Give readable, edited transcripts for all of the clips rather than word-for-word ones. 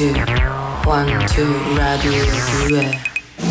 1, 2, Radio 2.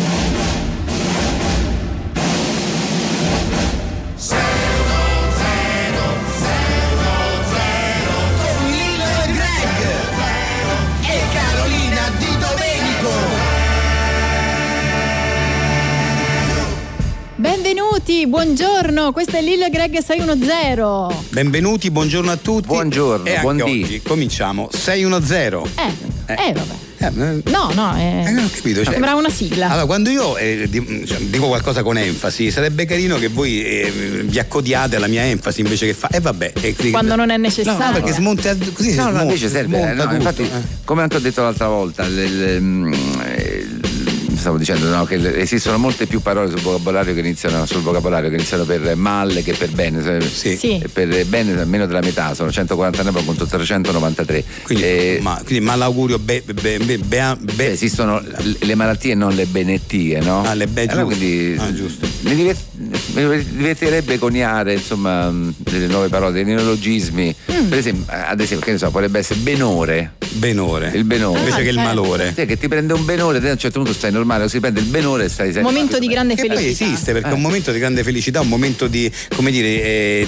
Benvenuti, buongiorno, questo è Lil Greg 610. Benvenuti, buongiorno a tutti. Buongiorno, e buon anche dì. oggi cominciamo 610. Vabbè. No, non ho capito. Sembrava una sigla. Allora, quando io dico qualcosa con enfasi, sarebbe carino che voi vi accodiate alla mia enfasi invece che quando non è necessario. No, perché smonta così. No, invece serve. No, infatti, come anche ho detto l'altra volta, stavo dicendo che esistono molte più parole sul vocabolario che iniziano per male che per bene. Sì. Per bene meno della metà, sono 149 contro 393. Quindi malaugurio esistono le malattie e non le benettie, no? Giusto. Mi divertirebbe coniare insomma delle nuove parole, dei neologismi. Per esempio, che ne so, potrebbe essere benore. Il benore invece che il malore. Che ti prende un benore, a un certo punto stai normale, si prende il benore e stai sempre. Momento di grande felicità. Poi esiste perché è un momento di grande felicità, un momento di, come dire,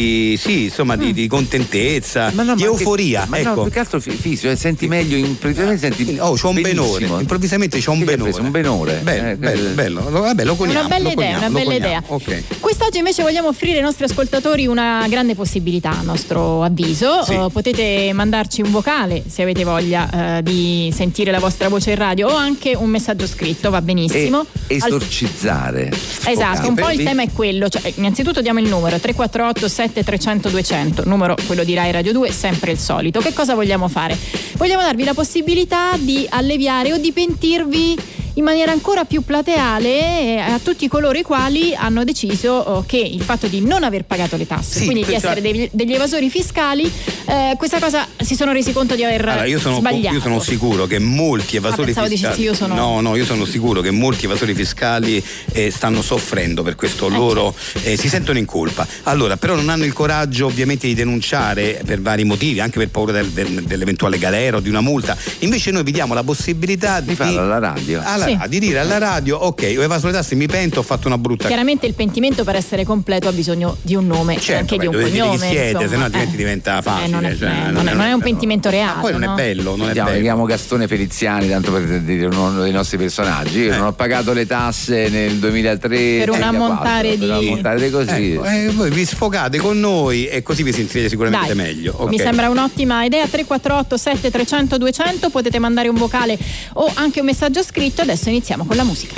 di contentezza, di euforia. No, più che altro fisico, senti meglio, improvvisamente senti. C'ho un benore. Improvvisamente c'ho un benore. Un benore. Bello. Vabbè, lo coniamo. Una bella idea. Okay. Quest'oggi invece vogliamo offrire ai nostri ascoltatori una grande possibilità, a nostro avviso. Sì. Potete mandarci un vocale se avete voglia di sentire la vostra voce in radio o anche un messaggio scritto, va benissimo. Esorcizzare. Esatto, un po' il tema è quello, innanzitutto diamo il numero 348 7300 200, numero quello di Rai Radio 2, sempre il solito. Che cosa vogliamo fare? Vogliamo darvi la possibilità di alleviare o di pentirvi in maniera ancora più plateale a tutti coloro i quali hanno deciso che il fatto di non aver pagato le tasse, quindi di essere degli evasori fiscali, questa cosa si sono resi conto di aver sbagliato. Io sono sicuro che molti evasori fiscali io sono sicuro che molti evasori fiscali stanno soffrendo per questo, loro si sentono in colpa. Allora, però non hanno il coraggio ovviamente di denunciare per vari motivi, anche per paura dell'eventuale galera o di una multa. Invece noi vi diamo la possibilità di farlo alla radio. Di dire alla radio: ok, ho evaso le tasse, mi pento, ho fatto una brutta. Chiaramente il pentimento per essere completo ha bisogno di un nome, anche di un cognome. Chi siete, se no altrimenti diventa facile. Non è un pentimento reale. Poi non è bello, non è bello. Mi chiamo Gastone Feliziani, tanto per dire uno dei nostri personaggi. Io non ho pagato le tasse nel 2003 per un ammontare così. Voi vi sfogate con noi e così vi sentirete sicuramente meglio. Okay. Mi sembra un'ottima idea. 348 7300 200, potete mandare un vocale o anche un messaggio scritto. Adesso iniziamo con la musica.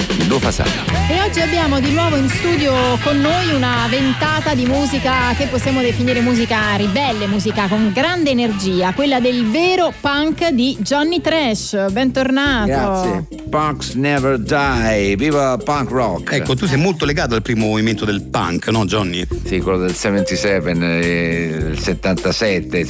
E oggi abbiamo di nuovo in studio con noi una ventata di musica che possiamo definire musica ribelle, musica con grande energia, quella del vero punk di Johnny Trash. Bentornato. Grazie. Punks never die, viva punk rock. Ecco, tu sei molto legato al primo movimento del punk, no Johnny? Sì, quello del 77, il 77,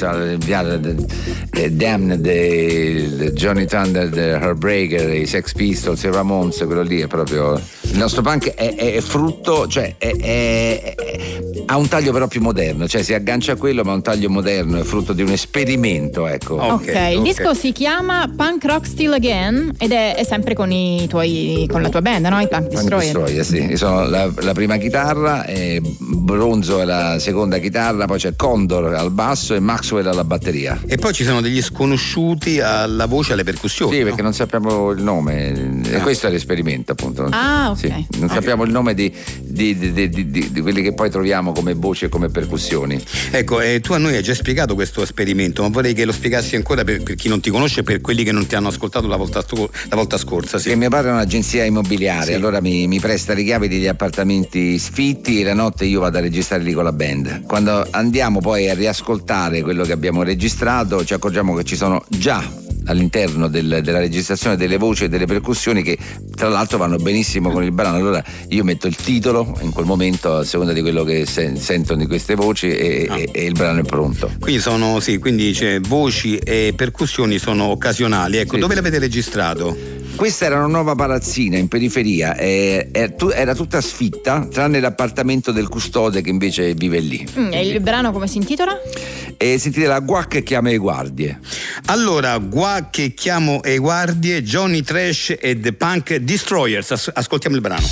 Damned, Johnny Thunder, the Heartbreaker, i Sex Pistols, i Ramones, quello lì è proprio. Il nostro punk è frutto, ha un taglio però più moderno, si aggancia a quello, ma ha un taglio moderno, è frutto di un esperimento, ecco. Ok, il disco si chiama Punk Rock Still Again ed è sempre con la tua band, no? I Punk Destroyer. Sì. Io sono la prima chitarra, Bronzo è la seconda chitarra, poi c'è Condor al basso e Maxwell alla batteria. E poi ci sono degli sconosciuti alla voce e alle percussioni. Sì, perché non sappiamo il nome, e questo è l'esperimento, appunto. Ok. Sì, non sappiamo il nome di quelli che poi troviamo come voci e come percussioni. Ecco, tu a noi hai già spiegato questo esperimento, ma vorrei che lo spiegassi ancora per chi non ti conosce e per quelli che non ti hanno ascoltato la volta scorsa. Sì. Che mio padre è un'agenzia immobiliare, allora mi presta le chiavi degli appartamenti sfitti e la notte io vado a registrare lì con la band. Quando andiamo poi a riascoltare quello che abbiamo registrato ci accorgiamo che ci sono già all'interno della registrazione delle voci e delle percussioni che tra l'altro vanno benissimo con il brano. Allora io metto il titolo in quel momento a seconda di quello che sentono di queste voci e il brano è pronto. Quindi c'è voci e percussioni sono occasionali. Ecco, dove l'avete registrato? Questa era una nuova palazzina in periferia, era tutta sfitta tranne l'appartamento del custode che invece vive lì. E il brano come si intitola? Si intitola Gua che chiama le guardie. Allora, Gua che chiamo le guardie, Johnny Trash e The Punk Destroyers. Ascoltiamo il brano.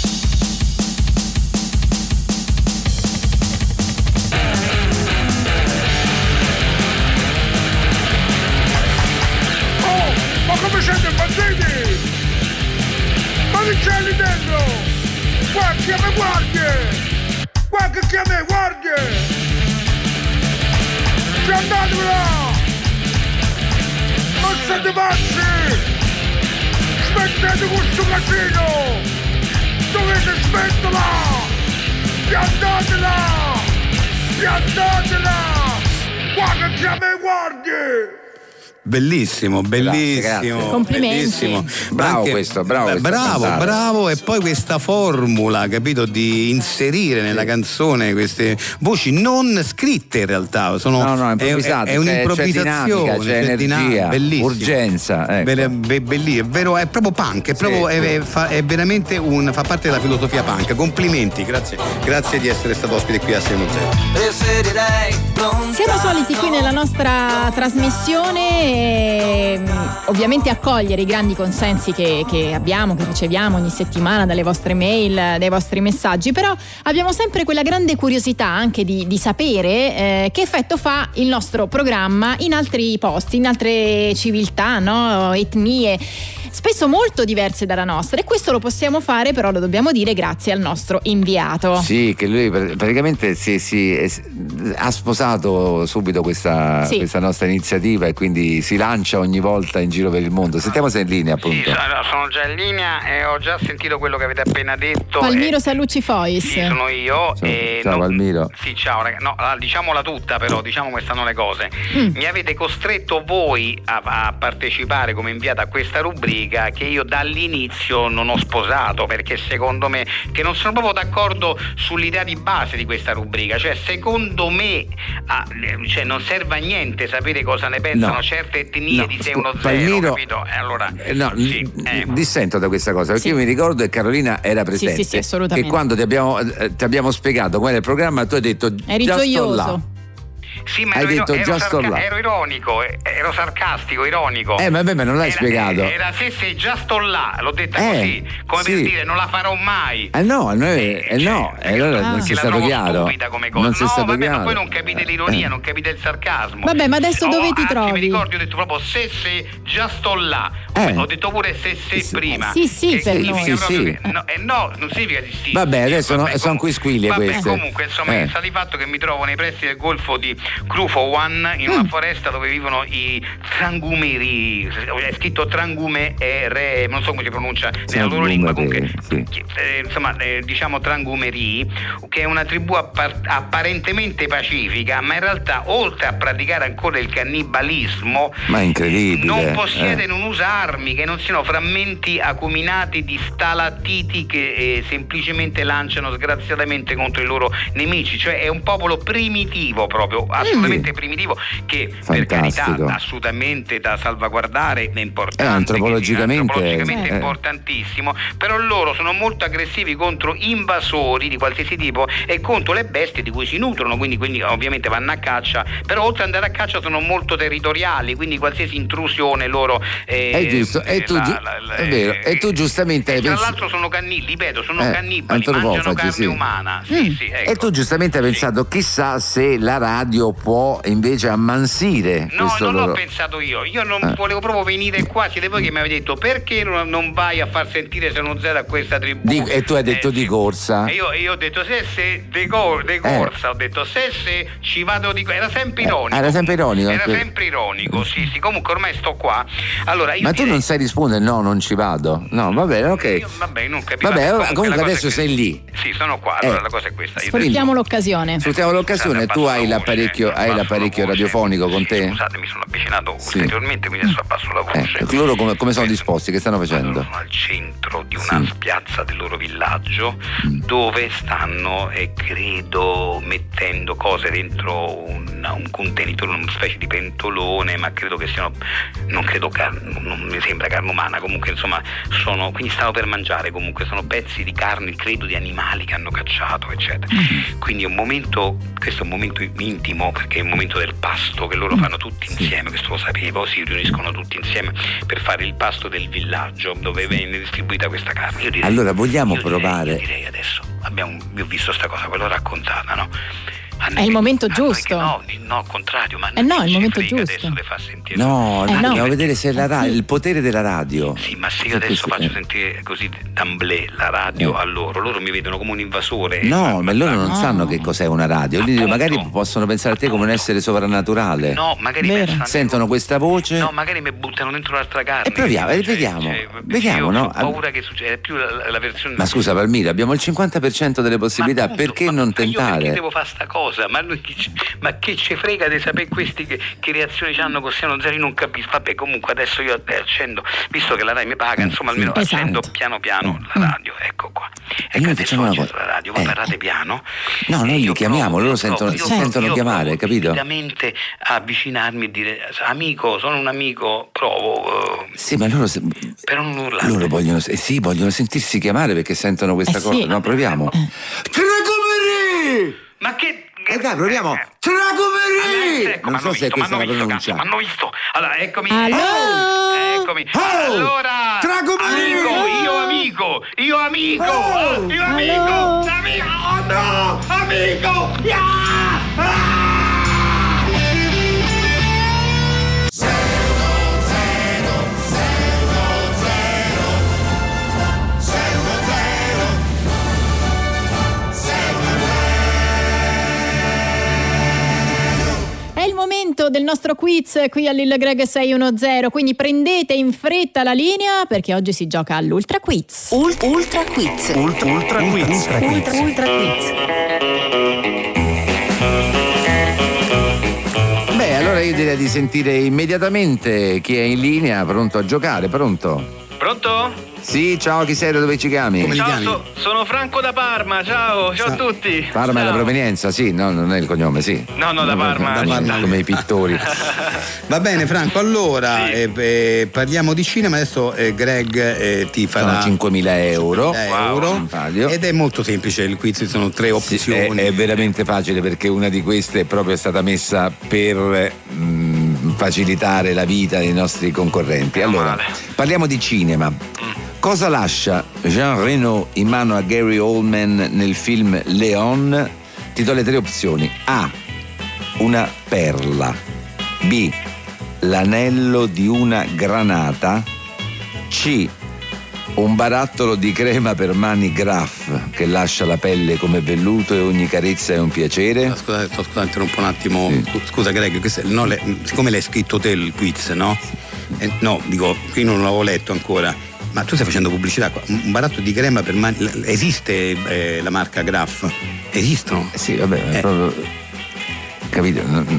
C'è lì dentro, qua chiama guardie, qua che chiama guardie, andatevela, non siete pazzi, smettete questo casino, dovete smetterla, piantatela, qua che chiama guardie. Bellissimo, bellissimo. Grazie. Complimenti. Bellissimo. Bravo bravo. E poi questa formula, capito, di inserire nella canzone queste voci non scritte in realtà. Sono, improvvisate. È un'improvvisazione, c'è energia, bellissimo. urgenza. Ecco. È vero, è proprio punk, è proprio è veramente fa parte della filosofia punk. Complimenti, grazie di essere stato ospite qui a 610. Siamo soliti qui nella nostra trasmissione ovviamente accogliere i grandi consensi che abbiamo, che riceviamo ogni settimana dalle vostre mail, dai vostri messaggi, però abbiamo sempre quella grande curiosità anche di sapere che effetto fa il nostro programma in altri posti, in altre civiltà, no? Etnie spesso molto diverse dalla nostra, e questo lo possiamo fare, però lo dobbiamo dire, grazie al nostro inviato. Sì, che lui praticamente ha sposato subito questa nostra iniziativa e quindi si lancia ogni volta in giro per il mondo. Sentiamo se è in linea, appunto. Sì, sono già in linea e ho già sentito quello che avete appena detto. Palmiro Sallucci Fois. Sì, sono io. Ciao Palmiro. Sì, ciao ragazzi. No, diciamola tutta, però diciamo come stanno le cose. Mi avete costretto voi a partecipare come inviato a questa rubrica che io dall'inizio non ho sposato, perché secondo me che non sono proprio d'accordo sull'idea di base di questa rubrica. Cioè, secondo me cioè non serve a niente sapere cosa ne pensano certe etnie di 610, Palmiro, capito? Allora, dissento da questa cosa, perché io mi ricordo che Carolina era presente, sì, assolutamente. e quando ti abbiamo spiegato qual è il programma, tu hai detto eri gioioso. Sì, ma ero ironico, ero sarcastico, ironico. Vabbè, ma non l'hai spiegato. Era se già sto là, l'ho detta così, come per dire non la farò mai. Allora non sei stato chiaro. Come cosa. Non sei stato chiaro. Ma voi non capite l'ironia, non capite il sarcasmo. Vabbè, ma adesso dove ti trovi? Mi ricordo, ho detto proprio se già sto là. Ho detto pure se prima. Sì, per noi. Sì. No, non significa di sì. Vabbè, adesso sono quisquiglie queste. Comunque, insomma, sta di fatto che mi trovo nei pressi del golfo di Krufowan, in una foresta dove vivono i Trangumeri, è scritto Trangume e Re, non so come si pronuncia nella loro lingua, comunque diciamo Trangumeri, che è una tribù apparentemente pacifica, ma in realtà oltre a praticare ancora il cannibalismo, ma è incredibile, non possiede, non usa armi, che non siano frammenti acuminati di stalattiti che semplicemente lanciano sgraziatamente contro i loro nemici. Cioè è un popolo primitivo, proprio assolutamente primitivo, che per carità assolutamente da salvaguardare, è importante, antropologicamente importantissimo, però loro sono molto aggressivi contro invasori di qualsiasi tipo e contro le bestie di cui si nutrono, quindi ovviamente vanno a caccia, però oltre ad andare a caccia sono molto territoriali, quindi qualsiasi intrusione loro è giusto, è vero, e tu giustamente tra l'altro sono cannibali, mangiano carne umana. Ecco. E tu giustamente hai pensato, chissà se la radio può invece ammansire questo non loro... l'ho pensato io non volevo proprio venire qua, siete voi che mi avete detto perché non vai a far sentire Sono Zero a questa tribù, e tu hai detto di corsa, e io ho detto se de corsa, ho detto se ci vado di era sempre ironico, sì, comunque ormai sto qua. Allora io tu non sai rispondere, no, non ci vado, no, vabbè, ok, non capivo. Comunque adesso sei lì. Sì, sono qua. Allora la cosa è questa. Sfruttiamo l'occasione. Tu hai l'apparecchio radiofonico con te? Scusate, mi sono avvicinato ulteriormente, quindi adesso abbasso la voce. Loro come sono disposti? Che stanno facendo? Sono al centro di una piazza del loro villaggio dove stanno, credo, mettendo cose dentro un contenitore, una specie di pentolone, ma credo che siano, non mi sembra carne umana, comunque insomma quindi stanno per mangiare, comunque sono pezzi di carne, credo, di animali che hanno cacciato, eccetera. Quindi questo è un momento intimo, perché è il momento del pasto che loro fanno tutti insieme, questo lo sapevo, si riuniscono tutti insieme per fare il pasto del villaggio dove viene distribuita questa carne. Allora vogliamo provare? Direi adesso, io ho visto sta cosa, ve l'ho raccontata, no? È il momento giusto. No, al contrario, ma no, è il momento giusto. Adesso le fa sentire. No, dobbiamo vedere se il potere della radio. Sì, ma se io adesso faccio sentire così d'amblè la radio a loro mi vedono come un invasore. No, ma loro non sanno che cos'è una radio. Magari possono pensare a te come un essere sovrannaturale. No, magari sentono questa voce. No, magari mi buttano dentro un'altra carne. E proviamo, vediamo, no? Ho paura che succeda, è più la versione. Ma scusa Palmiro, abbiamo il 50% delle possibilità, perché non tentare? Io perché devo fare sta cosa? Ma che ci frega di sapere questi che reazioni hanno con Siano Zero, non capisco. Vabbè, comunque adesso io accendo, visto che la Rai mi paga, insomma almeno accendo piano piano la radio, ecco qua. E noi facciamo una cosa. La radio, voi parlate piano. No, noi li chiamiamo, loro si sentono chiamare, capito? Rapidamente avvicinarmi e dire: amico, sono un amico, provo. Sì, ma loro però non urlate. Loro vogliono sentirsi chiamare perché sentono questa cosa. No, proviamo. Tragomeri! Ma che? Dai, proviamo. Tragomeri! Ecco, non so se questa è la pronuncia. Ma hanno visto. Allora, eccomi. Eccomi. Allora, Tragomeri! Io amico. Oh no! Amico! È il momento del nostro quiz qui all'Il Greg 610, quindi prendete in fretta la linea perché oggi si gioca all'Ultra Quiz. Ultra Quiz. Ultra Quiz. Ultra Quiz. Beh, allora io direi di sentire immediatamente chi è in linea, pronto a giocare, pronto? Pronto? Sì, ciao, chi sei, da dove ci chiami? Come li Ciao, chiami? sono Franco da Parma, ciao a tutti. Parma è la Ciao. provenienza, sì, no, non è il cognome, sì. No, da Parma. Da Parma. Come i pittori. Va bene Franco, allora Sì. parliamo di cinema, adesso Greg ti farà Sono 5.000 euro. euro. Taglio. Ed è molto semplice il quiz, ci sono 3 Sì, opzioni. è veramente facile perché una di queste è proprio stata messa per facilitare la vita dei nostri concorrenti. Allora, male. parliamo di cinema. Cosa lascia Jean Reno in mano a Gary Oldman nel film Léon? Ti do le 3 opzioni. A. Una perla. B. L'anello di una granata. C. Un barattolo di crema per mani Graff che lascia la pelle come velluto e ogni carezza è un piacere. Scusa, interrompo un attimo. Scusa Greg, siccome l'hai scritto te il quiz, no? No, dico, qui non l'avevo letto ancora. Ma tu stai facendo pubblicità qua. Un barattolo di crema per mani. Esiste la marca Graff? Esistono? Sì, vabbè, è proprio. Capito?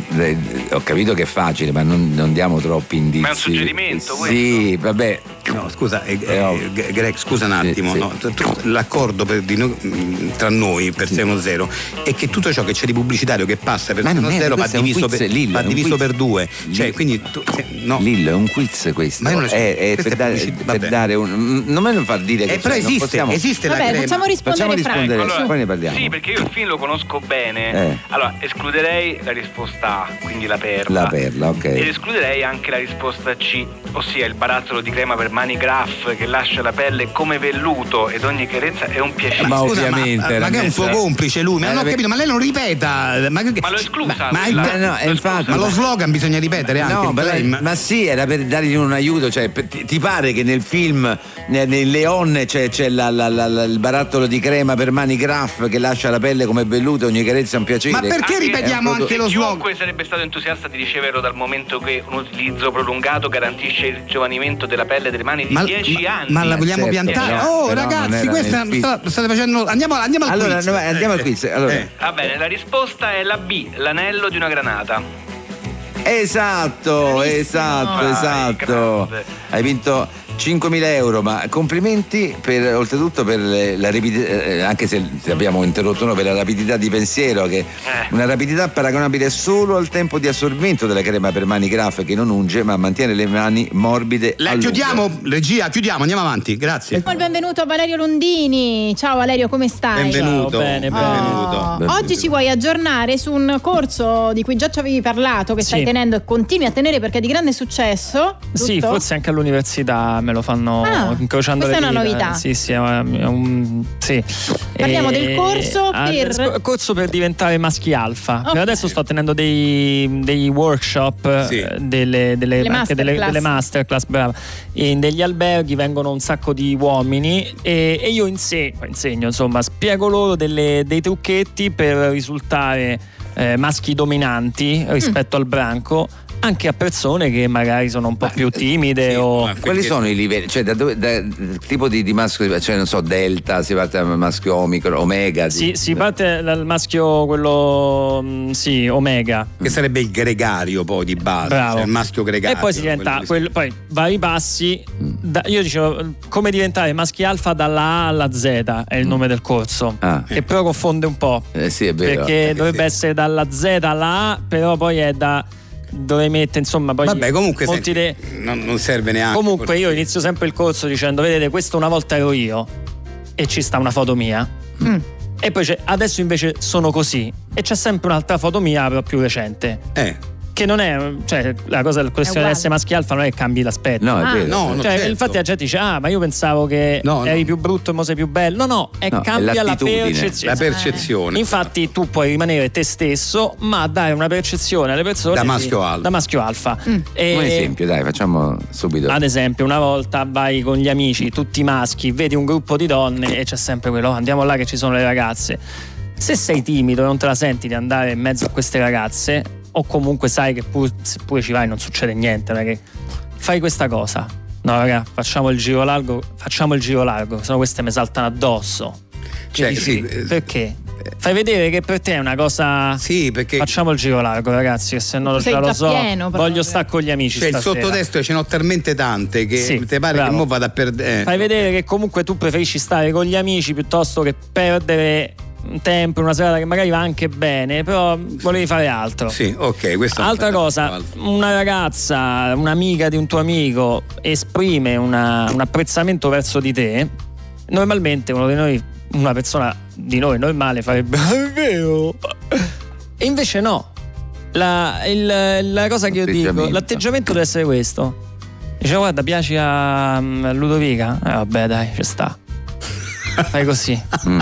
Ho capito che è facile, ma non diamo troppi indizi. Ma è un suggerimento questo? Sì, vabbè. No, scusa, Greg, scusa un attimo. Sì. No? L'accordo tra noi per 610 è che tutto ciò che c'è di pubblicitario che passa per 610 va diviso per 2. Cioè, quindi no. Lillo, è un quiz questo. Ma io non è per dare un. Non me lo far dire che però non possiamo. esiste la Vabbè, crema. facciamo rispondere Franco. Allora, poi ne parliamo. Sì, perché io il film lo conosco bene. Allora, escluderei la risposta A, quindi la perla. La perla, ok. Ed escluderei anche la risposta C, ossia il barattolo di crema per mani Graff che lascia la pelle come velluto ed ogni carezza è un piacere. Ma Scusa, ovviamente ma che è un suo complice lui, ma non ho capito, ma lei non ripeta. Ma l'ho esclusa. Ma lo slogan bisogna ripetere anche. No, il claim. ma sì, era per dargli un aiuto. Cioè, ti pare che nel film nel Leon c'è il barattolo di crema per mani Graff che lascia la pelle come velluto, ogni carezza è un piacere? Ma perché ripetiamo anche lo slogan? Chiunque sarebbe stato entusiasta di riceverlo dal momento che un utilizzo prolungato garantisce il giovanimento della pelle delle mani di 10 anni. Ma la vogliamo Certo, piantare? però Ragazzi, questa state facendo. Andiamo al Allora, quiz. andiamo al quiz. Allora. Va bene, la risposta è la B, l'anello di una granata. Esatto. grande. Hai vinto 5.000 euro, ma complimenti oltretutto per la rapidità, anche se ti abbiamo interrotto noi, per la rapidità di pensiero, che una rapidità paragonabile solo al tempo di assorbimento della crema per mani Graff, che non unge ma mantiene le mani morbide. Chiudiamo, regia, andiamo avanti, grazie. Il benvenuto a Valerio Londini. Ciao Valerio, come stai? Benvenuto. Ciao, bene. Oggi ci vuoi aggiornare su un corso di cui già ci avevi parlato, che stai tenendo e continui a tenere perché è di grande successo, giusto? Sì, forse anche all'università me lo fanno incrociando le dita. Questa è una novità. Sì. Sì. Parliamo del corso corso per diventare maschi alfa. Per adesso sto tenendo dei workshop, delle masterclass, brava. In degli alberghi vengono un sacco di uomini e io insegno, insomma, spiego loro dei trucchetti per risultare maschi dominanti rispetto al branco, anche a persone che magari sono un po' più timide. Quali sono i livelli? Cioè, da tipo di maschio, cioè non so, delta, si parte dal maschio omicron, omega? Si parte dal maschio quello omega. Che sarebbe il gregario poi di base. Bravo. Cioè il maschio gregario. E poi si diventa poi vari passi. Io dicevo come diventare maschi alfa dalla A alla Z è il nome del corso. Che però confonde un po'. Sì, è vero. Perché dovrebbe essere dalla Z alla A, però poi è dove mette, insomma, poi vabbè, comunque non serve neanche. Comunque io inizio sempre il corso dicendo: vedete, questo una volta ero io, e ci sta una foto mia. E poi adesso invece sono così, e c'è sempre un'altra foto mia però più recente. Che non è, cioè, la questione di essere maschi alfa non è che cambi l'aspetto. No, è vero. Certo. Infatti la gente dice: ma io pensavo che eri più brutto e mo sei più bello. No, cambia la percezione. La percezione. Infatti tu puoi rimanere te stesso, ma dare una percezione alle persone da maschio alfa. Un esempio, dai, facciamo subito. Ad esempio, una volta vai con gli amici, tutti maschi, vedi un gruppo di donne e c'è sempre quello: andiamo là che ci sono le ragazze. Se sei timido e non te la senti di andare in mezzo a queste ragazze, o comunque sai che seppure ci vai non succede niente, perché fai questa cosa: no raga, facciamo il giro largo, sennò queste mi saltano addosso. Perché? Fai vedere che per te è una cosa. Sì, perché facciamo il giro largo, ragazzi, che se no già lo so, voglio stare con gli amici. Cioè, il sottotesto ce n'ho talmente tante che ti pare che mo vada a perdere. Fai vedere che comunque tu preferisci stare con gli amici piuttosto che perdere un tempo, una serata che magari va anche bene, però volevi fare altro. Sì, ok, questo. Altra cosa, una ragazza, un'amica di un tuo amico esprime un apprezzamento verso di te, normalmente uno di noi, una persona di noi normale farebbe è vero, e invece no. La cosa che io dico, l'atteggiamento deve essere questo: dice guarda, piaci a Ludovica? Vabbè dai, ci sta. Fai così.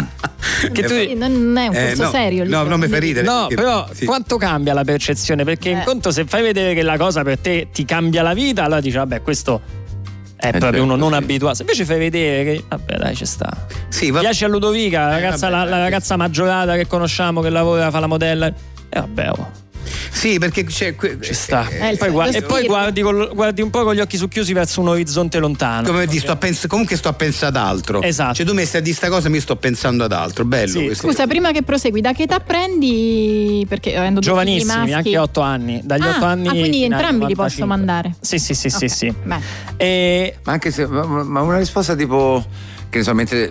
Che tu non è un corso serio. No, non mi fa ridere. No, però quanto cambia la percezione? Perché in conto, se fai vedere che la cosa per te ti cambia la vita, allora dici vabbè, questo è proprio uno non abituato. Se invece fai vedere che vabbè dai, ci sta. Piace a Ludovica, la ragazza maggiorata che conosciamo, che lavora, fa la modella. Vabbè. Sì, perché ci sta. E poi guardi un po' con gli occhi socchiusi verso un orizzonte lontano. Come comunque sto a pensare ad altro. Esatto. Cioè tu mi stai a dire sta cosa, mi sto pensando ad altro. Bello questo. Scusa, prima che prosegui, da che età prendi? Perché avendo giovanissimi, maschi, anche 8 anni. Dagli 8 anni. Quindi entrambi li posso mandare. Sì. Okay. Sì. Ma anche se ma una risposta tipo, che ne so, mentre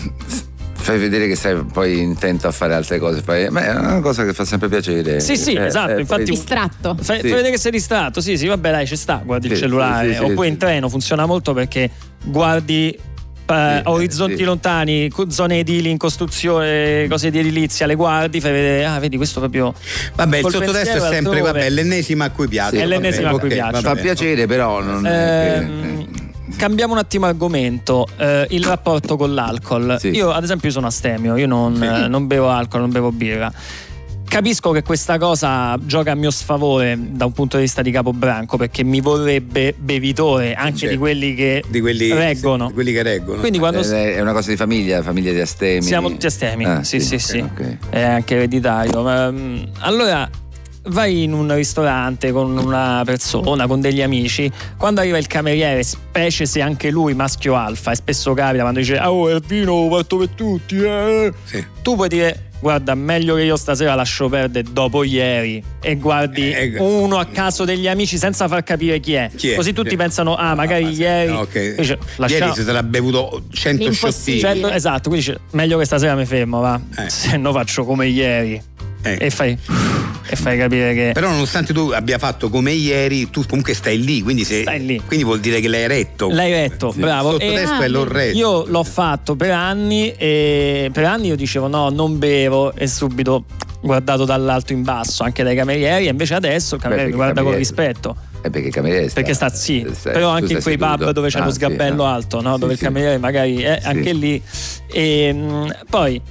fai vedere che sei poi intento a fare altre cose, è una cosa che fa sempre piacere. Sì, esatto, infatti distratto. Fai vedere che sei distratto, sì, vabbè dai, ci sta, guardi il cellulare, oppure in treno funziona molto perché guardi orizzonti lontani, zone edili in costruzione, cose di edilizia, le guardi, fai vedere, vedi questo proprio. Vabbè, il sottotesto è sempre l'ennesima a cui piace. È l'ennesima a cui piace. Fa piacere, però non cambiamo un attimo argomento, il rapporto con l'alcol. Io ad esempio sono astemio, io non bevo alcol, non bevo birra. Capisco che questa cosa gioca a mio sfavore da un punto di vista di capobranco, perché mi vorrebbe bevitore anche di quelli che reggono. Di quelli che reggono. Quindi quando è una cosa di famiglia di astemi. Siamo tutti astemi. Sì. Okay. È anche ereditario. Allora vai in un ristorante con una persona, con degli amici, quando arriva il cameriere, specie se anche lui maschio alfa, e spesso capita quando dice è il vino fatto per tutti, tu puoi dire guarda, meglio che io stasera lascio perdere dopo ieri e guardi uno a caso degli amici senza far capire chi è. Così tutti pensano, magari ieri. Invece, ieri si sarà bevuto 100 sciottini. Esatto, quindi dice, meglio che stasera mi fermo, va. Se no faccio come ieri. E fai capire che. Però nonostante tu abbia fatto come ieri, tu comunque stai lì, quindi quindi vuol dire che l'hai retto. L'hai retto, bravo. Il sottotesto è l'ho retto. Io l'ho fatto per anni e per anni io dicevo no, non bevo, e subito guardato dall'alto in basso anche dai camerieri, e invece adesso il cameriere mi guarda con rispetto. Perché sta però anche in quei pub dove c'è lo sgabello alto, no? Dove il cameriere magari è anche lì. E poi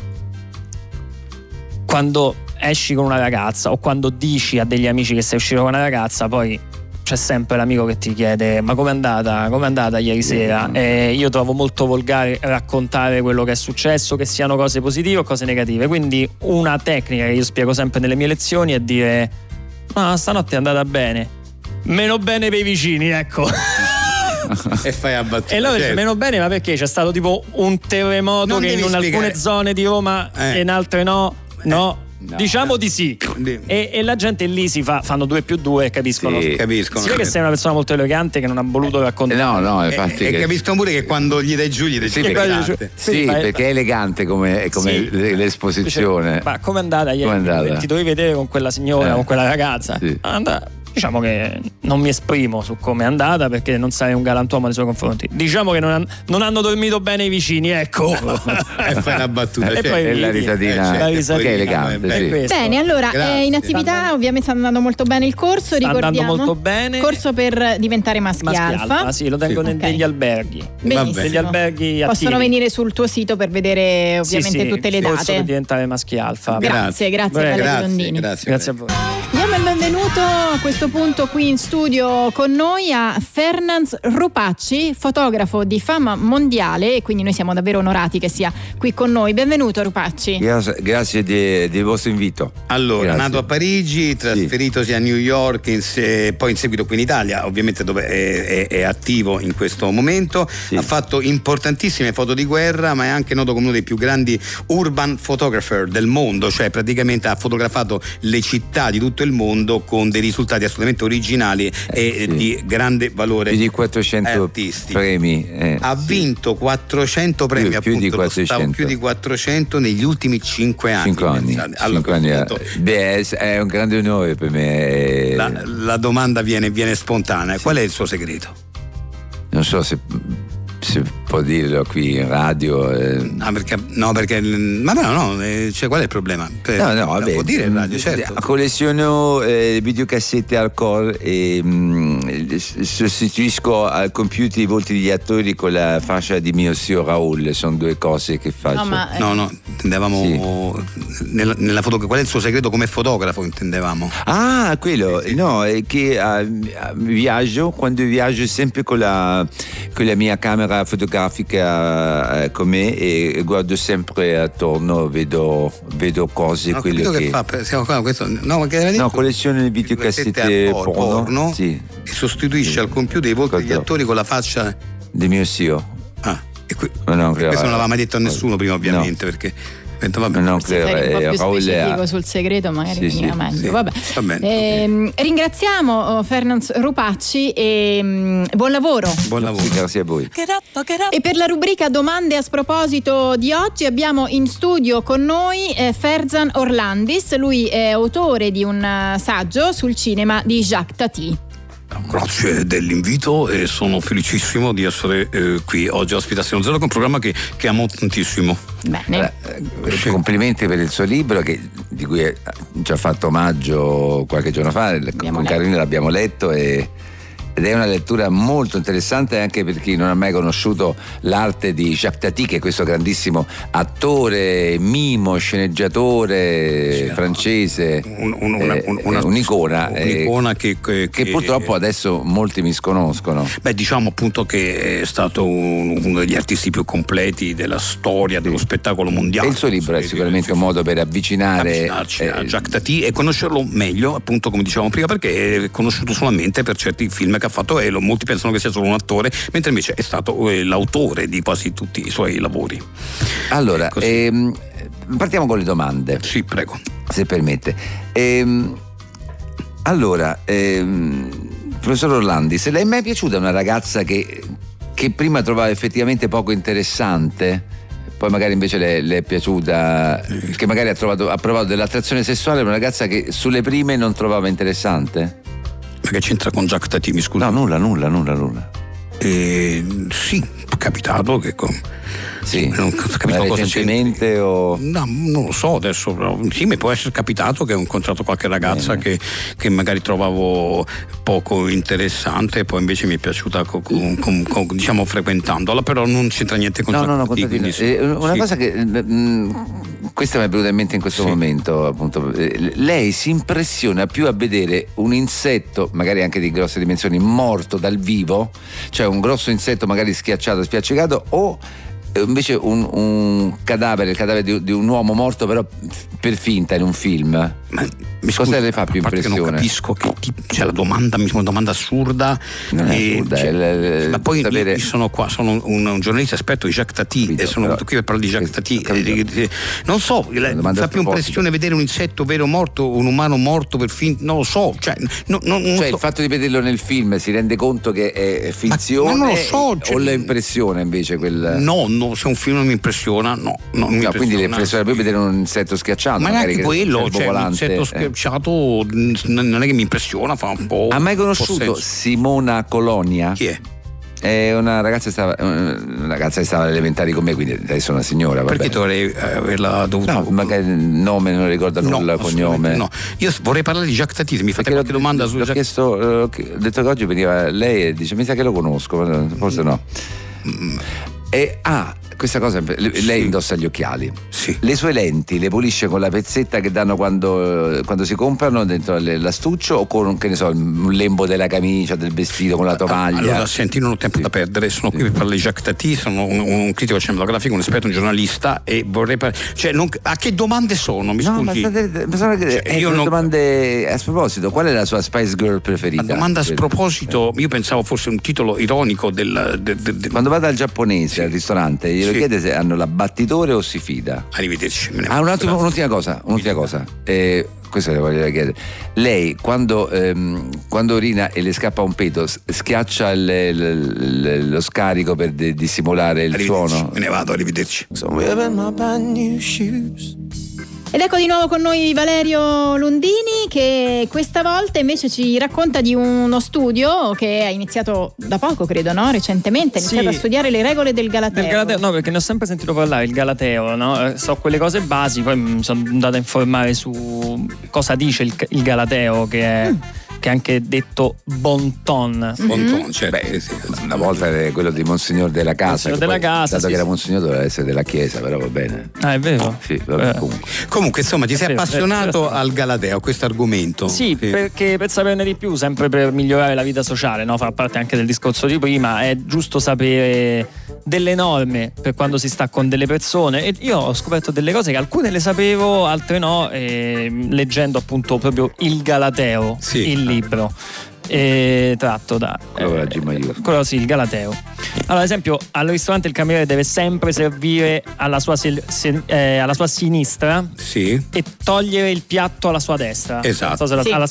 quando esci con una ragazza o quando dici a degli amici che sei uscito con una ragazza, poi c'è sempre l'amico che ti chiede ma com'è andata ieri sera? E io trovo molto volgare raccontare quello che è successo, che siano cose positive o cose negative. Quindi una tecnica che io spiego sempre nelle mie lezioni è dire stanotte è andata bene, meno bene per i vicini, ecco. E fai a battuta. E allora dice meno bene, ma perché c'è stato tipo un terremoto che in alcune zone di Roma e in altre no, diciamo di sì. E la gente lì fanno 2 più 2 e capiscono. Si vede che sei una persona molto elegante che non ha voluto raccontare. No, infatti. E capiscono pure che quando gli dai giù gli dai perché è elegante come l'esposizione. Ma com'è andata ieri? Ti dovevi vedere con quella signora, con quella ragazza. Diciamo che non mi esprimo su come è andata perché non sarei un galantuomo nei suoi confronti. Diciamo che non hanno dormito bene i vicini, ecco. E fai una battuta. E poi la risatina che è elegante. Bene, allora in attività ovviamente sta andando molto bene il corso, ricordiamo. Sta andando molto bene. Corso per diventare maschi alfa. Sì, lo tengo degli alberghi. Degli alberghi possono venire sul tuo sito per vedere ovviamente tutte le date. Corso per diventare maschi alfa. Grazie Rondini. Grazie a voi. Diamo il benvenuto a questo punto qui in studio con noi a Fernand Rupacci, fotografo di fama mondiale, e quindi noi siamo davvero onorati che sia qui con noi. Benvenuto Rupacci. Grazie del vostro invito. Allora, nato a Parigi, trasferitosi a New York, poi in seguito qui in Italia, ovviamente dove è attivo in questo momento. Ha fatto importantissime foto di guerra, ma è anche noto come uno dei più grandi urban photographer del mondo, cioè praticamente ha fotografato le città di tutto il mondo con dei risultati assolutamente originali e di grande valore. Più di 400 artistico. Premi. Ha vinto 400 premi, più di 400. Più di 400 negli ultimi 5 anni. 5 anni. Allora, 5 anni. È un grande onore per me. La domanda viene spontanea. Qual è il suo segreto? Non so se può dirlo qui in radio. Cioè, qual è il problema? Vabbè, può dire in radio, certo. Colleziono videocassette hardcore e sostituisco al computer i volti degli attori con la fascia di mio zio Raul. Sono 2 cose che faccio. No, intendevamo nella foto. Qual è il suo segreto come fotografo, intendevamo? Quello no, è che quando viaggio sempre con la mia camera fotografica con me e guardo sempre attorno, vedo cose, quello che fa. Collezione di videocassette porno e sostituisce al computer i volti degli attori con la faccia di mio zio. Questo non l'aveva mai detto a nessuno prima, ovviamente, perché specifico sul segreto magari veniva meglio. Va bene. Ringraziamo Fernand Rupacci e buon lavoro. Grazie a voi. E per la rubrica domande a sproposito di oggi abbiamo in studio con noi Ferzan Orlandis. Lui è autore di un saggio sul cinema di Jacques Tati. Grazie dell'invito e sono felicissimo di essere qui oggi a Ospitazione Zero con un programma che amo tantissimo. Bene. Complimenti per il suo libro di cui ci ha fatto omaggio qualche giorno fa, con Carolina l'abbiamo letto ed è una lettura molto interessante anche per chi non ha mai conosciuto l'arte di Jacques Tati, che è questo grandissimo attore, mimo, sceneggiatore francese, un'icona che purtroppo adesso molti misconoscono. Diciamo appunto che è stato uno degli artisti più completi della storia dello spettacolo mondiale. E il suo libro è sicuramente un modo per avvicinarci a Jacques Tati e conoscerlo meglio, appunto come dicevamo prima, perché è conosciuto solamente per certi film che ha fatto molti pensano che sia solo un attore, mentre invece è stato l'autore di quasi tutti i suoi lavori. Allora, partiamo con le domande. Sì, prego. Se permette. Allora, professor Orlandi, se le è mai piaciuta una ragazza che prima trovava effettivamente poco interessante, poi magari invece le è piaciuta, che magari ha provato dell'attrazione sessuale, una ragazza che sulle prime non trovava interessante? Ma che c'entra con Jacques Tati, mi scusi? No, nulla. Sì, è capitato che sì, non capito cosa recentemente o... No, non lo so adesso, però sì, mi può essere capitato che ho incontrato qualche ragazza che magari trovavo poco interessante e poi invece mi è piaciuta diciamo frequentandola, però non c'entra niente con una sì. Cosa che questa mi è venuta in mente in questo momento, appunto. Lei si impressiona più a vedere un insetto, magari anche di grosse dimensioni, morto dal vivo, cioè un grosso insetto magari schiacciato, spiaccicato, o invece un cadavere, il cadavere di un uomo morto però per finta in un film? Cosa le fa più impressione? Non capisco c'è la domanda, mi sembra una domanda assurda. Non è assurda, ma poi io sono qua, sono un giornalista esperto di Jacques Tati e sono venuto qui per parlare di Jacques Tati. Non so, fa più impressione vedere un insetto vero morto, un umano morto per finta, non lo so. Cioè il fatto di vederlo nel film si rende conto che è finzione, ma non lo so, o l'impressione invece quel... No, se un film non mi impressiona, non mi impressiona. Quindi le impressiona più vedere un insetto schiacciato, ma magari neanche quello, cioè un insetto schiacciato non è che mi impressiona, fa un po'. Ha mai conosciuto Simona Colonia? Chi è? È una ragazza che stava alle elementari con me, quindi adesso è una signora. Perché dovrei averla dovuto? No, magari il nome non ricorda nulla, il cognome. No, io vorrei parlare di Jacques Tati, mi fate qualche domanda su Jacques? Ho detto che oggi veniva lei e dice: mi sa che lo conosco, forse no. Questa cosa, lei indossa gli occhiali. Sì. Le sue lenti le pulisce con la pezzetta che danno quando si comprano dentro l'astuccio, o con, che ne so, un lembo della camicia, del vestito, con la tovaglia? Allora, senti, non ho tempo da perdere, sono qui per parlare di Jacques Tati, sono un critico cinematografico, un esperto, un giornalista, e vorrei a che domande sono? Mi scusi? Domande a sproposito. Qual è la sua Spice Girl preferita? La domanda a sproposito, io pensavo fosse un titolo ironico Quando vada al giapponese, al ristorante, glielo chiede se hanno l'abbattitore o si fida. Arrivederci. Un'ultima cosa. Questo le voglio chiedere. Lei quando orina e le scappa un peto, schiaccia lo scarico per dissimulare il suono? Me ne vado, arrivederci. Ed ecco di nuovo con noi Valerio Lundini, che questa volta invece ci racconta di uno studio che ha iniziato da poco, credo, no? Recentemente ha iniziato a studiare le regole del Galateo. No, perché ne ho sempre sentito parlare, il Galateo, no? So quelle cose basi, poi mi sono andato a informare su cosa dice il Galateo, che è anche detto bon ton. Bon ton, certo. Una volta era quello di Monsignor della Casa. Dato che era Monsignor doveva essere della Chiesa, però va bene. Ah, è vero? Sì, comunque insomma ti sei appassionato al Galateo, a questo argomento? Sì, perché per saperne di più, sempre per migliorare la vita sociale, no? Fa parte anche del discorso di prima, è giusto sapere delle norme per quando si sta con delle persone, e io ho scoperto delle cose che alcune le sapevo, altre no, leggendo appunto proprio il Galateo, il libro tratto da quello sì, il Galateo. Allora, ad esempio, al ristorante il cameriere deve sempre servire alla sua sinistra e togliere il piatto alla sua destra. Esatto.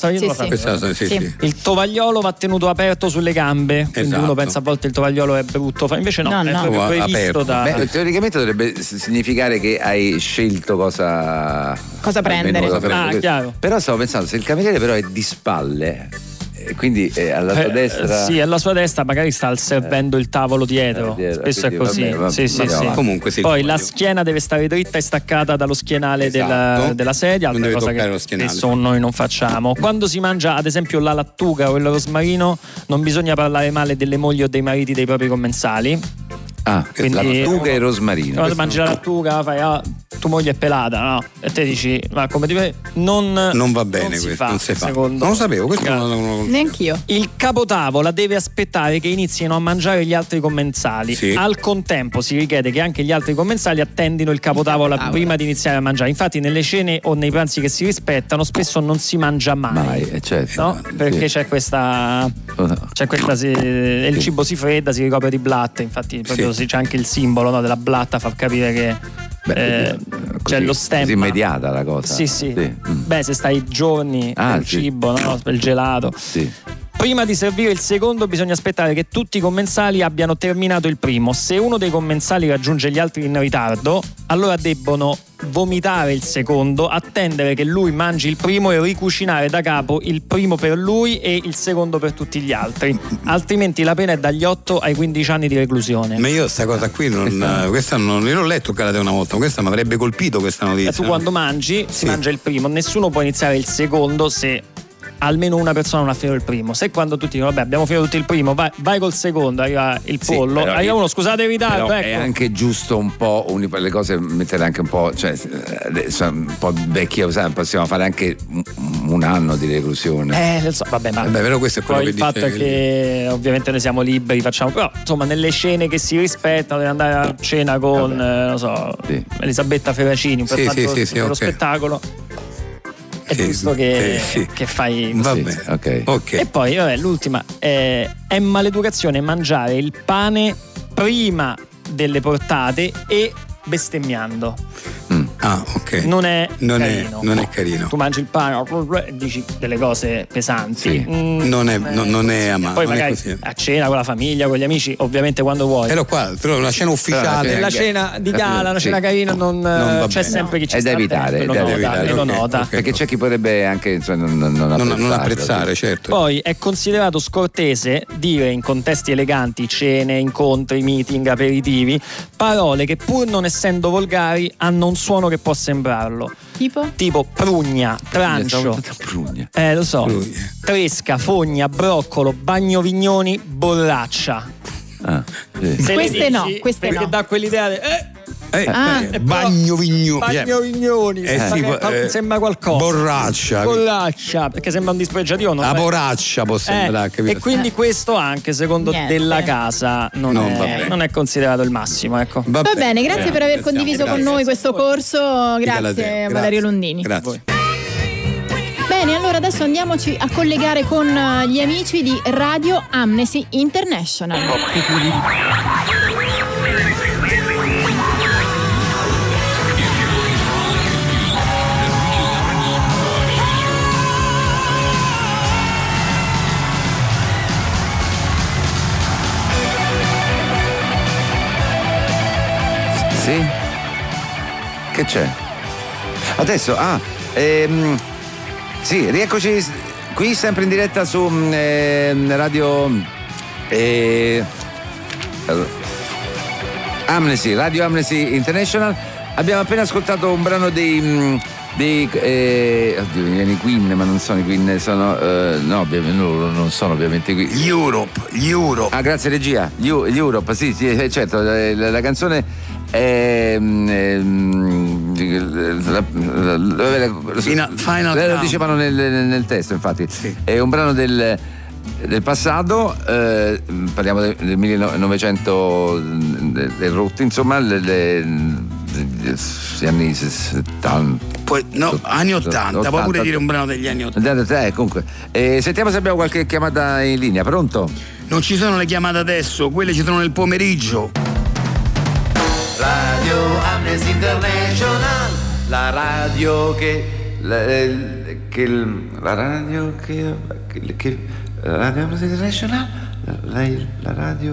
Il tovagliolo va tenuto aperto sulle gambe, quindi uno pensa a volte il tovagliolo è brutto, invece no, è proprio previsto teoricamente dovrebbe significare che hai scelto cosa prendere. Chiaro. Però stavo pensando, se il cameriere però è di spalle, quindi alla sua destra, sì, alla sua destra magari sta servendo il tavolo dietro, spesso è così. Sì. Comunque poi la schiena deve stare dritta e staccata dallo schienale della sedia, altra cosa che spesso noi non facciamo. Quando si mangia ad esempio la lattuga o il rosmarino, non bisogna parlare male delle mogli o dei mariti dei propri commensali. Quindi lattuga e rosmarino. Quando mangi la lattuga fai tua moglie è pelata, no? E te dici, ma come non va bene, questo non si fa. Non lo sapevo, questo neanch'io. Il capotavola deve aspettare che inizino a mangiare gli altri commensali. Al contempo si richiede che anche gli altri commensali attendino il capotavola prima di iniziare a mangiare. Infatti nelle cene o nei pranzi che si rispettano spesso non si mangia mai, certo, no? Perché c'è questa il cibo si fredda, si ricopre di blatte, infatti proprio c'è anche il simbolo, no, della blatta, fa capire che c'è lo stemma. Così immediata la cosa. Sì. Beh, se stai giorni per il cibo, no? Per il gelato. Sì. Prima di servire il secondo bisogna aspettare che tutti i commensali abbiano terminato il primo. Se uno dei commensali raggiunge gli altri in ritardo, allora debbono vomitare il secondo, attendere che lui mangi il primo e ricucinare da capo il primo per lui e il secondo per tutti gli altri. Altrimenti la pena è dagli 8 ai 15 anni di reclusione. Ma io sta cosa qui questa non l'ho letto Karate una volta, ma questa mi avrebbe colpito questa notizia. Tu quando mangi, si mangia il primo, nessuno può iniziare il secondo se almeno una persona non ha finito il primo. Se quando tutti dicono vabbè abbiamo finito tutti il primo, vai col secondo, arriva il pollo, arriva uno, scusate il ritardo, però ecco. È anche giusto un po' le cose, mettere anche un po', cioè un po' vecchie, possiamo fare anche un anno di reclusione. Lo so, vabbè, ma però questo è quello poi che il fatto è che ovviamente noi siamo liberi, facciamo, però insomma nelle scene che si rispettano, deve andare a cena con non so, Elisabetta Ferracini, un personaggio dello spettacolo. È giusto che fai così. Vabbè, ok. E poi l'ultima è maleducazione mangiare il pane prima delle portate e bestemmiando. Ok. Non è carino. Tu mangi il pane e dici delle cose pesanti. Non è amato. Poi magari a cena con la famiglia, con gli amici, ovviamente quando vuoi. Però una cena ufficiale. La cena di gala, una cena carina, non c'è sempre chi ci sta. È da evitare. Lo nota. Perché c'è chi potrebbe anche non apprezzare, certo. Poi è considerato scortese dire in contesti eleganti, cene, incontri, meeting, aperitivi, parole che pur non essendo volgari hanno un suono che può sembrarlo. Tipo prugna, trancio. Lo so. Tresca, fogna, broccolo, bagnovignoni, borraccia. Queste no, perché dà quell'idea bagnovignoni. Sembra qualcosa. Borraccia, perché sembra un dispregiativo. La borraccia può sembrare, e quindi questo anche secondo Della Casa non è considerato il massimo, ecco. Va bene, grazie per aver condiviso con noi questo corso. Grazie Valerio Londini. Grazie. Bene, allora adesso andiamoci a collegare con gli amici di Radio Amnesty International. Sì? Che c'è? Adesso, sì, rieccoci qui sempre in diretta su Radio Amnesty, Radio Amnesty International. Abbiamo appena ascoltato un brano dei oddio, mi viene i Queen, ma non sono i Queen, sono no, non sono ovviamente qui. Gli Europe. Ah, grazie regia. Gli Europe, sì, certo, la canzone Final lo dicevano nel testo, infatti. Sì. È un brano del passato, parliamo del 1900, del rotti, insomma, gli anni 70. Poi, no, anni 80, puoi pure dire un brano degli anni 80. Comunque, sentiamo se abbiamo qualche chiamata in linea. Pronto? Non ci sono le chiamate adesso, quelle ci sono nel pomeriggio. Radio Amnesty International, la radio la radio Amnesty International, la radio.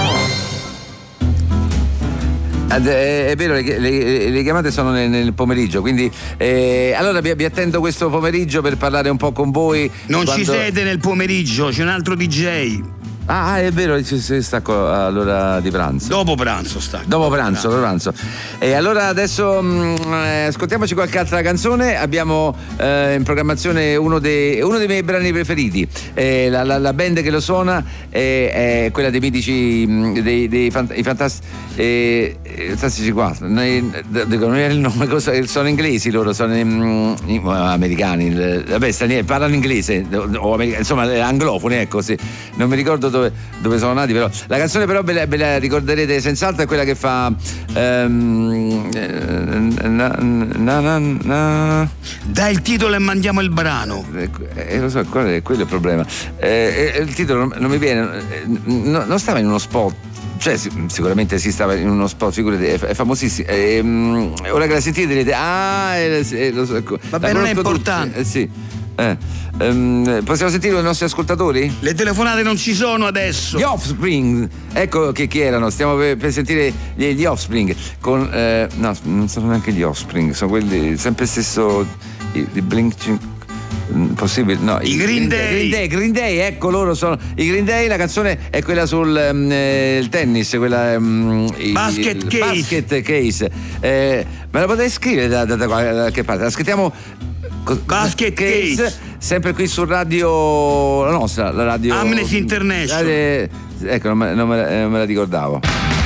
È vero, le chiamate sono nel pomeriggio, quindi allora vi attendo questo pomeriggio per parlare un po' con voi. Non ci siete nel pomeriggio, c'è un altro DJ. Ah, è vero, stacco all'ora di pranzo. Dopo pranzo. Dopo pranzo. E allora adesso ascoltiamoci qualche altra canzone. Abbiamo in programmazione uno dei miei brani preferiti. La band che lo suona è quella dei mitici, dei Fantastici 4. Non è il nome, sono inglesi loro, sono americani. Vabbè, stranieri, parlano inglese, o insomma anglofoni, ecco, sì. Non mi ricordo dove sono nati, però la canzone però ve la ricorderete senz'altro, è quella che fa dai il titolo e mandiamo il brano. Lo so, quello è il problema. Il titolo non mi viene, non stava in uno spot cioè sicuramente si stava in uno spot, figurati, è famosissimo. Ora che la sentite direte lo so, vabbè, non è importante. Sì. Possiamo sentire i nostri ascoltatori? Le telefonate non ci sono adesso. Gli Offspring, ecco chi erano. Stiamo per sentire gli Offspring con no, non sono neanche gli Offspring, sono quelli sempre stesso di Blink. Possibile? No, i Green Day, ecco, loro sono i Green Day. La canzone è quella sul il tennis, quella Basket Case. Me la potete scrivere da che parte? Ascoltiamo Basket Case, sempre qui su radio, la nostra, la radio Amnesty International. Ecco, non me la ricordavo.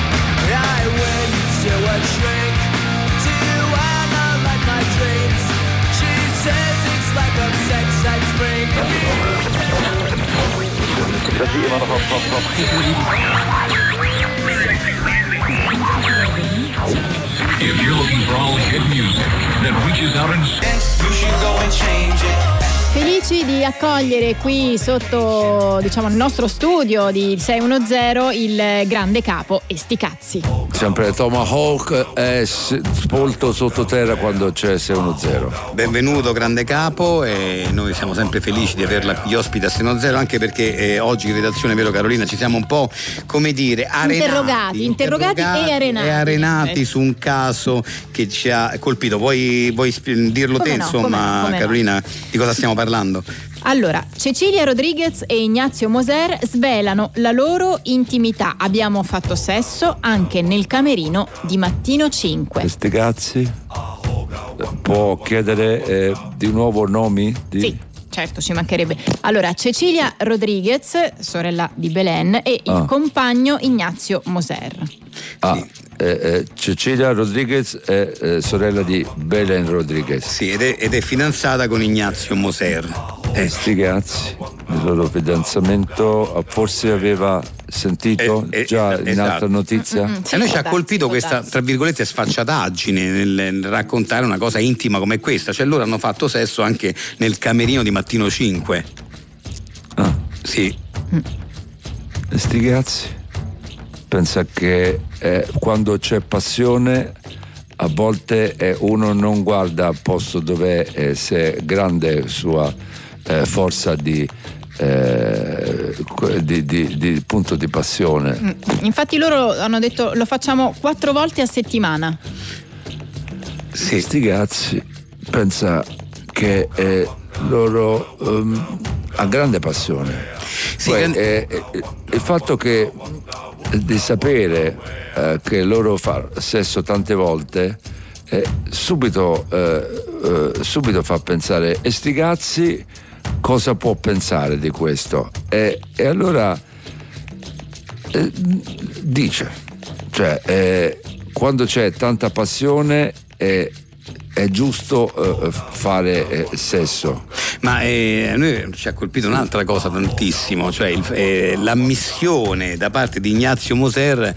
If you're looking for all hit music that reaches out and you should go and change it. Felici di accogliere qui sotto, diciamo, il nostro studio di 610 il grande capo e sti cazzi. Sempre Tomahawk è spolto sottoterra quando c'è 610. Benvenuto grande capo, e noi siamo sempre felici di averla qui ospite a 610, anche perché oggi in redazione, vero Carolina, ci siamo un po', come dire, interrogati e arenati su un caso che ci ha colpito. Vuoi dirlo te, insomma, Carolina, di cosa stiamo parlando? Allora, Cecilia Rodriguez e Ignazio Moser svelano la loro intimità. Abbiamo fatto sesso anche nel camerino di Mattino 5. Questi cazzi? Può chiedere di nuovo nomi? Sì, certo, ci mancherebbe. Allora, Cecilia Rodriguez, sorella di Belen, e il compagno Ignazio Moser. Cecilia Rodriguez è sorella di Belen Rodriguez. Sì, ed è fidanzata con Ignazio Moser. Sti cazzi, il loro fidanzamento forse aveva sentito già in altra notizia. E noi ci ha colpito questa, tra virgolette, sfacciataggine nel raccontare una cosa intima come questa. Cioè loro hanno fatto sesso anche nel camerino di Mattino 5. Sì. Sti cazzi. Pensa che quando c'è passione a volte uno non guarda al posto dove se è grande sua forza di punto di passione. Infatti loro hanno detto lo facciamo 4 volte a settimana. Sì. Sti cazzi, pensa che loro ha grande passione. Sì, poi, il fatto che di sapere che loro fa sesso tante volte subito fa pensare, e sti cazzi cosa può pensare di questo? E allora dice, cioè quando c'è tanta passione è giusto fare sesso. Ma a noi ci ha colpito un'altra cosa tantissimo, cioè l'ammissione da parte di Ignazio Moser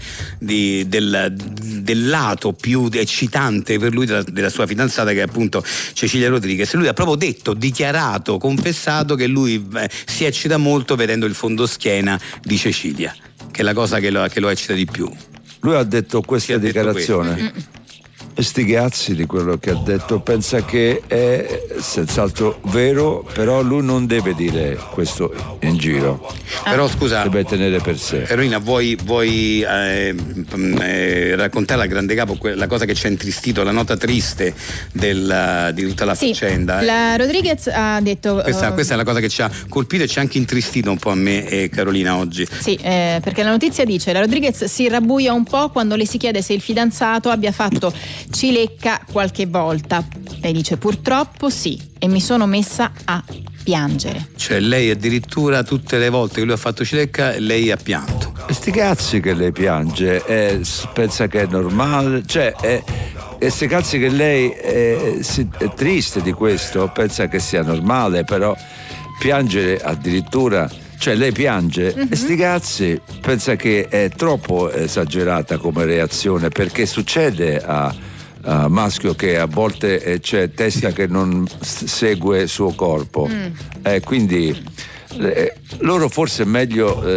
del lato più eccitante per lui della sua fidanzata, che è appunto Cecilia Rodriguez. Lui ha proprio dichiarato, confessato che lui si eccita molto vedendo il fondoschiena di Cecilia, che è la cosa che lo eccita di più. Lui ha detto questa dichiarazione. E sti cazzi di quello che ha detto, pensa che è senz'altro vero, però lui non deve dire questo in giro. Però scusa, deve tenere per sé. Carolina, vuoi raccontare al grande capo la cosa che ci ha intristito, la nota triste di tutta la faccenda? La Rodriguez ha detto questa è la cosa che ci ha colpito e ci ha anche intristito un po' a me e Carolina oggi. Sì, perché la notizia dice: la Rodriguez si rabbuia un po' quando le si chiede se il fidanzato abbia fatto cilecca qualche volta. Lei dice: purtroppo sì, e mi sono messa a piangere. Cioè lei addirittura tutte le volte che lui ha fatto cilecca lei ha pianto. E sti cazzi che lei piange, pensa che è normale, cioè e sti cazzi che lei è triste di questo, pensa che sia normale, però piangere addirittura, cioè lei piange, e sti cazzi pensa che è troppo esagerata come reazione, perché succede a maschio che a volte c'è testa che non segue il suo corpo, quindi loro forse è meglio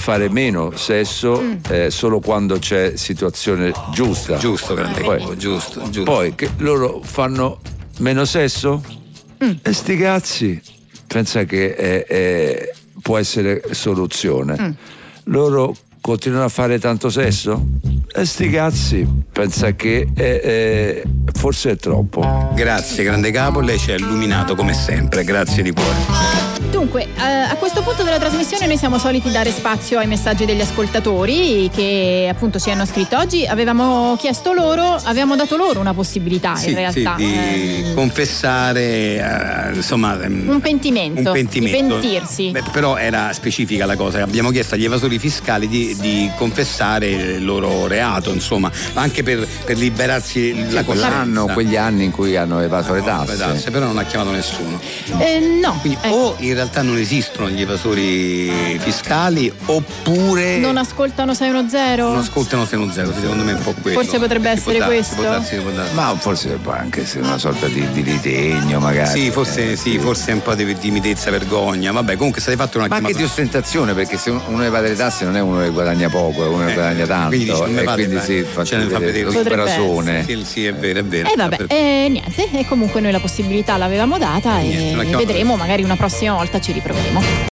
fare meno sesso solo quando c'è situazione giusta. Giusto, grande capo, giusto. Poi che loro fanno meno sesso? E sti cazzi, pensa che può essere soluzione. Loro continuano a fare tanto sesso? E sti cazzi, pensa che forse è troppo. Grazie grande capo, lei ci ha illuminato come sempre, grazie di cuore. Dunque, a questo punto della trasmissione noi siamo soliti dare spazio ai messaggi degli ascoltatori che appunto ci hanno scritto. Oggi avevamo dato loro una possibilità in realtà. Di confessare, insomma, un pentimento. Di pentirsi. Beh, però era specifica la cosa, abbiamo chiesto agli evasori fiscali di confessare il loro reato, insomma, anche per liberarsi la coscienza. Quegli anni in cui hanno evaso le tasse. Però non ha chiamato nessuno. No. Quindi o in realtà non esistono gli evasori fiscali, oppure non ascoltano 610? Non ascoltano 610, secondo me è un po' quello. Forse potrebbe essere questo. Può darsi. Ma forse può anche essere una sorta di ritegno, magari. Sì, forse un po' di timidezza, vergogna. Vabbè, comunque state fatto una chiamata. Ma anche di ostentazione, perché se uno evade le tasse non è uno che guadagna poco, è uno che guadagna tanto. Quindi si fa vedere lo sperasone. Sì, è vero. E vabbè, niente, e comunque noi la possibilità l'avevamo data e vedremo, magari una prossima volta ci riproveremo.